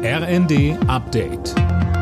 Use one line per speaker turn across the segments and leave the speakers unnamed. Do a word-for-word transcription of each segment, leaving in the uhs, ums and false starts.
R N D Update.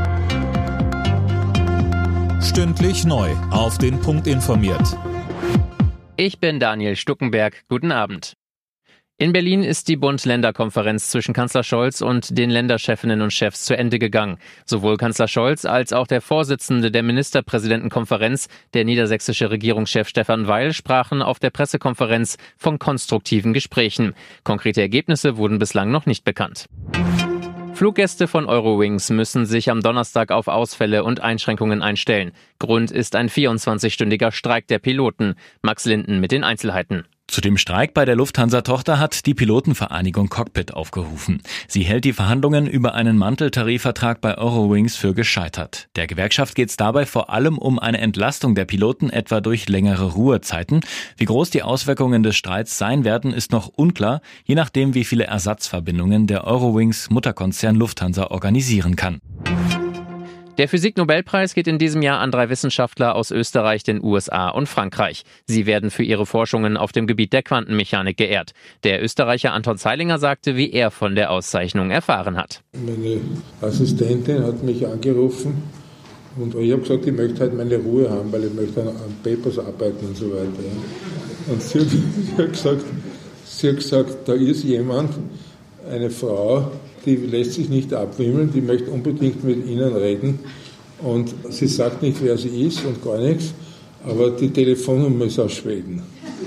Stündlich neu auf den Punkt informiert.
Ich bin Daniel Stuckenberg. Guten Abend. In Berlin ist die Bund-Länder-Konferenz zwischen Kanzler Scholz und den Länderchefinnen und Chefs zu Ende gegangen. Sowohl Kanzler Scholz als auch der Vorsitzende der Ministerpräsidentenkonferenz, der niedersächsische Regierungschef Stefan Weil, sprachen auf der Pressekonferenz von konstruktiven Gesprächen. Konkrete Ergebnisse wurden bislang noch nicht bekannt. Fluggäste von Eurowings müssen sich am Donnerstag auf Ausfälle und Einschränkungen einstellen. Grund ist ein vierundzwanzigstündiger Streik der Piloten. Max Linden mit den Einzelheiten.
Zu dem Streik bei der Lufthansa-Tochter hat die Pilotenvereinigung Cockpit aufgerufen. Sie hält die Verhandlungen über einen Manteltarifvertrag bei Eurowings für gescheitert. Der Gewerkschaft geht es dabei vor allem um eine Entlastung der Piloten, etwa durch längere Ruhezeiten. Wie groß die Auswirkungen des Streits sein werden, ist noch unklar, je nachdem, wie viele Ersatzverbindungen der Eurowings-Mutterkonzern Lufthansa organisieren kann.
Der Physik-Nobelpreis geht in diesem Jahr an drei Wissenschaftler aus Österreich, den U S A und Frankreich. Sie werden für ihre Forschungen auf dem Gebiet der Quantenmechanik geehrt. Der Österreicher Anton Zeilinger sagte, wie er von der Auszeichnung erfahren hat.
Meine Assistentin hat mich angerufen und ich habe gesagt, ich möchte halt meine Ruhe haben, weil ich möchte an Papers arbeiten und so weiter. Und sie hat, sie hat gesagt, sie hat gesagt, da ist jemand, eine Frau, die lässt sich nicht abwimmeln, die möchte unbedingt mit Ihnen reden und sie sagt nicht, wer sie ist und gar nichts, aber die Telefonnummer ist aus Schweden.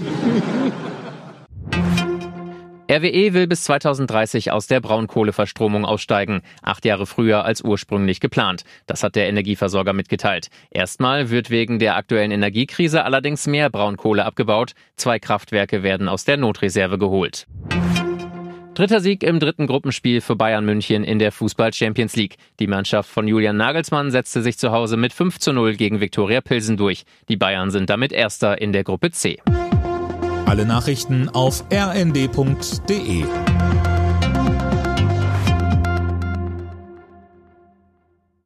R W E will bis zweitausenddreißig aus der Braunkohleverstromung aussteigen, acht Jahre früher als ursprünglich geplant. Das hat der Energieversorger mitgeteilt. Erstmal wird wegen der aktuellen Energiekrise allerdings mehr Braunkohle abgebaut. Zwei Kraftwerke werden aus der Notreserve geholt. Dritter Sieg im dritten Gruppenspiel für Bayern München in der Fußball-Champions League. Die Mannschaft von Julian Nagelsmann setzte sich zu Hause mit fünf zu null gegen Viktoria Pilsen durch. Die Bayern sind damit Erster in der Gruppe C.
Alle Nachrichten auf r n d punkt d e.